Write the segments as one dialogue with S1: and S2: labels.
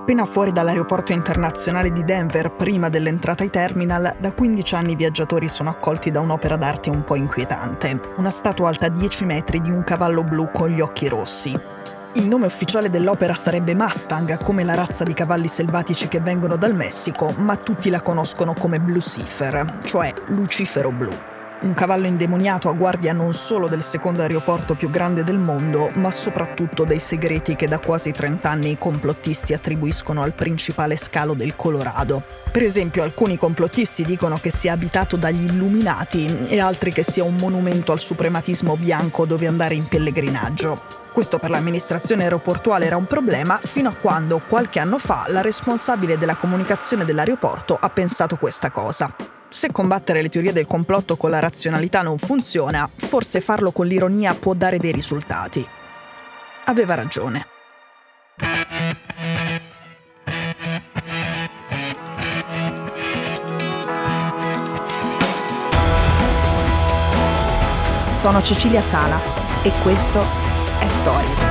S1: Appena fuori dall'aeroporto internazionale di Denver, prima dell'entrata ai terminal, da 15 anni i viaggiatori sono accolti da un'opera d'arte un po' inquietante. Una statua alta 10 metri di un cavallo blu con gli occhi rossi. Il nome ufficiale dell'opera sarebbe Mustang, come la razza di cavalli selvatici che vengono dal Messico, ma tutti la conoscono come Lucifer, cioè Lucifero blu. Un cavallo indemoniato a guardia non solo del secondo aeroporto più grande del mondo, ma soprattutto dei segreti che da quasi 30 anni i complottisti attribuiscono al principale scalo del Colorado. Per esempio, alcuni complottisti dicono che sia abitato dagli Illuminati e altri che sia un monumento al suprematismo bianco dove andare in pellegrinaggio. Questo per l'amministrazione aeroportuale era un problema fino a quando, qualche anno fa, la responsabile della comunicazione dell'aeroporto ha pensato questa cosa. Se combattere le teorie del complotto con la razionalità non funziona, forse farlo con l'ironia può dare dei risultati. Aveva ragione. Sono Cecilia Sala e questo è Stories.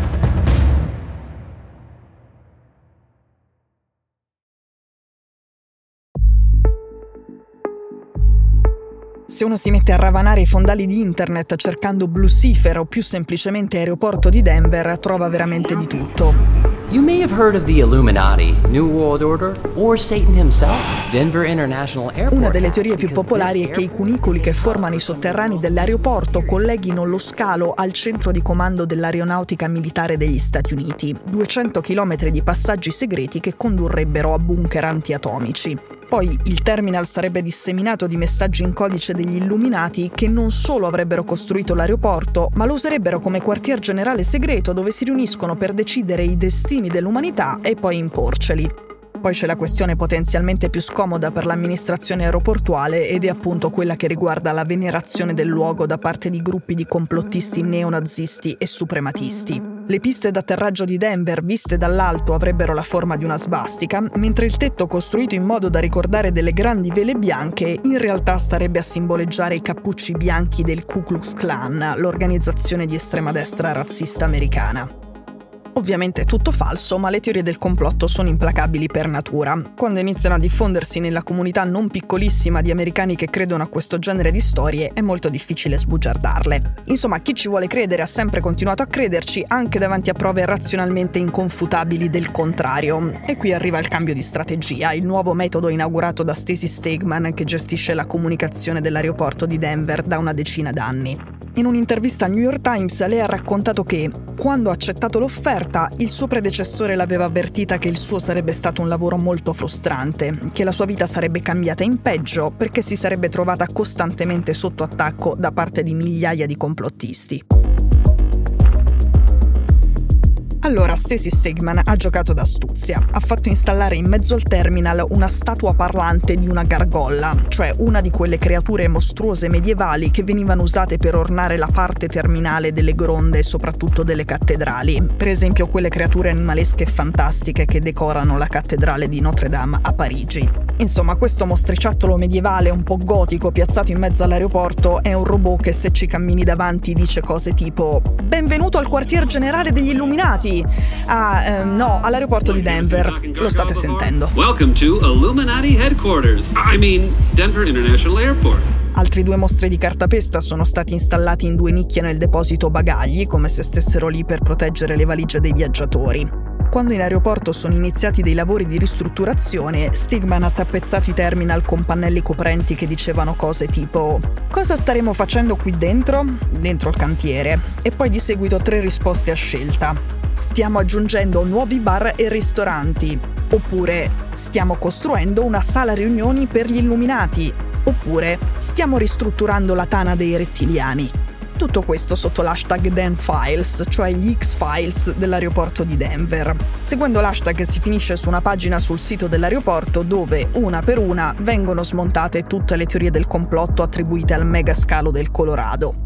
S1: Se uno si mette a ravanare i fondali di internet cercando Lucifer o più semplicemente aeroporto di Denver, trova veramente di tutto.
S2: You may have heard of the Illuminati, New World Order, or Satan himself, Denver International Airport.
S1: Una delle teorie più popolari è che i cunicoli che formano i sotterranei dell'aeroporto colleghino lo scalo al centro di comando dell'aeronautica militare degli Stati Uniti, 200 km di passaggi segreti che condurrebbero a bunker antiatomici. Poi il terminal sarebbe disseminato di messaggi in codice degli Illuminati che non solo avrebbero costruito l'aeroporto, ma lo userebbero come quartier generale segreto dove si riuniscono per decidere i destini dell'umanità e poi imporceli. Poi c'è la questione potenzialmente più scomoda per l'amministrazione aeroportuale ed è appunto quella che riguarda la venerazione del luogo da parte di gruppi di complottisti neonazisti e suprematisti. Le piste d'atterraggio di Denver, viste dall'alto, avrebbero la forma di una svastica, mentre il tetto costruito in modo da ricordare delle grandi vele bianche in realtà starebbe a simboleggiare i cappucci bianchi del Ku Klux Klan, l'organizzazione di estrema destra razzista americana. Ovviamente è tutto falso, ma le teorie del complotto sono implacabili per natura. Quando iniziano a diffondersi nella comunità non piccolissima di americani che credono a questo genere di storie, è molto difficile sbugiardarle. Insomma, chi ci vuole credere ha sempre continuato a crederci, anche davanti a prove razionalmente inconfutabili del contrario. E qui arriva il cambio di strategia, il nuovo metodo inaugurato da Stacey Stegman, che gestisce la comunicazione dell'aeroporto di Denver da una decina d'anni. In un'intervista al New York Times lei ha raccontato che, quando ha accettato l'offerta, il suo predecessore l'aveva avvertita che il suo sarebbe stato un lavoro molto frustrante, che la sua vita sarebbe cambiata in peggio perché si sarebbe trovata costantemente sotto attacco da parte di migliaia di complottisti. Allora Stacey Stegman ha giocato d'astuzia. Ha fatto installare in mezzo al terminal una statua parlante di una gargolla, cioè una di quelle creature mostruose medievali che venivano usate per ornare la parte terminale delle gronde e soprattutto delle cattedrali. Per esempio quelle creature animalesche e fantastiche che decorano la cattedrale di Notre Dame a Parigi. Insomma, questo mostriciattolo medievale un po' gotico piazzato in mezzo all'aeroporto è un robot che se ci cammini davanti dice cose tipo «Benvenuto al quartier generale degli Illuminati!» no, all'aeroporto di Denver. Lo state sentendo.
S3: Welcome to Illuminati Headquarters. Denver International Airport.
S1: Altri 2 mostri di cartapesta sono stati installati in 2 nicchie nel deposito bagagli, come se stessero lì per proteggere le valigie dei viaggiatori. Quando in aeroporto sono iniziati dei lavori di ristrutturazione, Stegman ha tappezzato i terminal con pannelli coprenti che dicevano cose tipo «Cosa staremo facendo qui dentro?» Dentro il cantiere. E poi di seguito 3 risposte a scelta. «Stiamo aggiungendo nuovi bar e ristoranti». Oppure «Stiamo costruendo una sala riunioni per gli Illuminati». Oppure «Stiamo ristrutturando la tana dei rettiliani». Tutto questo sotto l'hashtag DenFiles, cioè gli X-Files dell'aeroporto di Denver. Seguendo l'hashtag si finisce su una pagina sul sito dell'aeroporto dove, una per una, vengono smontate tutte le teorie del complotto attribuite al mega scalo del Colorado.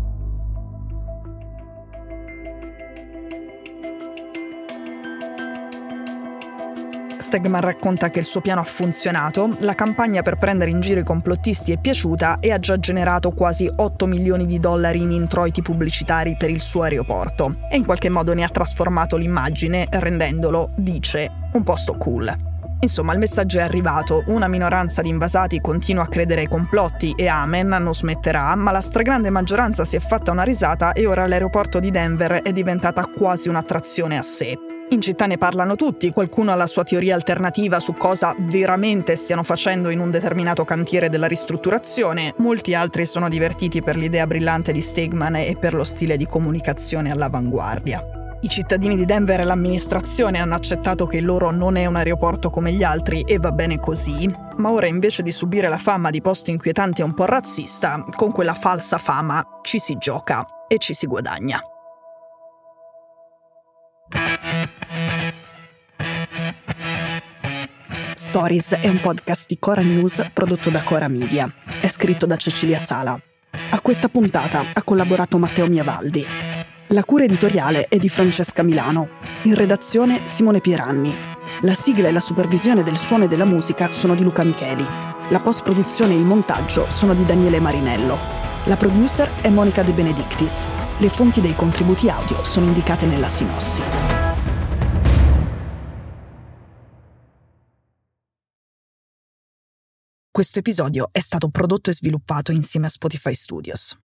S1: Stegman racconta che il suo piano ha funzionato, la campagna per prendere in giro i complottisti è piaciuta e ha già generato quasi $8 milioni in introiti pubblicitari per il suo aeroporto e in qualche modo ne ha trasformato l'immagine rendendolo, dice, un posto cool. Insomma, il messaggio è arrivato, una minoranza di invasati continua a credere ai complotti e amen, non smetterà, ma la stragrande maggioranza si è fatta una risata e ora l'aeroporto di Denver è diventata quasi un'attrazione a sé. In città ne parlano tutti, qualcuno ha la sua teoria alternativa su cosa veramente stiano facendo in un determinato cantiere della ristrutturazione, molti altri sono divertiti per l'idea brillante di Stegman e per lo stile di comunicazione all'avanguardia. I cittadini di Denver e l'amministrazione hanno accettato che il loro non è un aeroporto come gli altri e va bene così, ma ora invece di subire la fama di posto inquietante e un po' razzista, con quella falsa fama ci si gioca e ci si guadagna. Stories è un podcast di Cora News prodotto da Cora Media. È scritto da Cecilia Sala. A questa puntata ha collaborato Matteo Miavaldi. La cura editoriale è di Francesca Milano. In redazione Simone Pieranni. La sigla e la supervisione del suono e della musica sono di Luca Micheli. La post-produzione e il montaggio sono di Daniele Marinello. La producer è Monica De Benedictis. Le fonti dei contributi audio sono indicate nella sinossi. Questo episodio è stato prodotto e sviluppato insieme a Spotify Studios.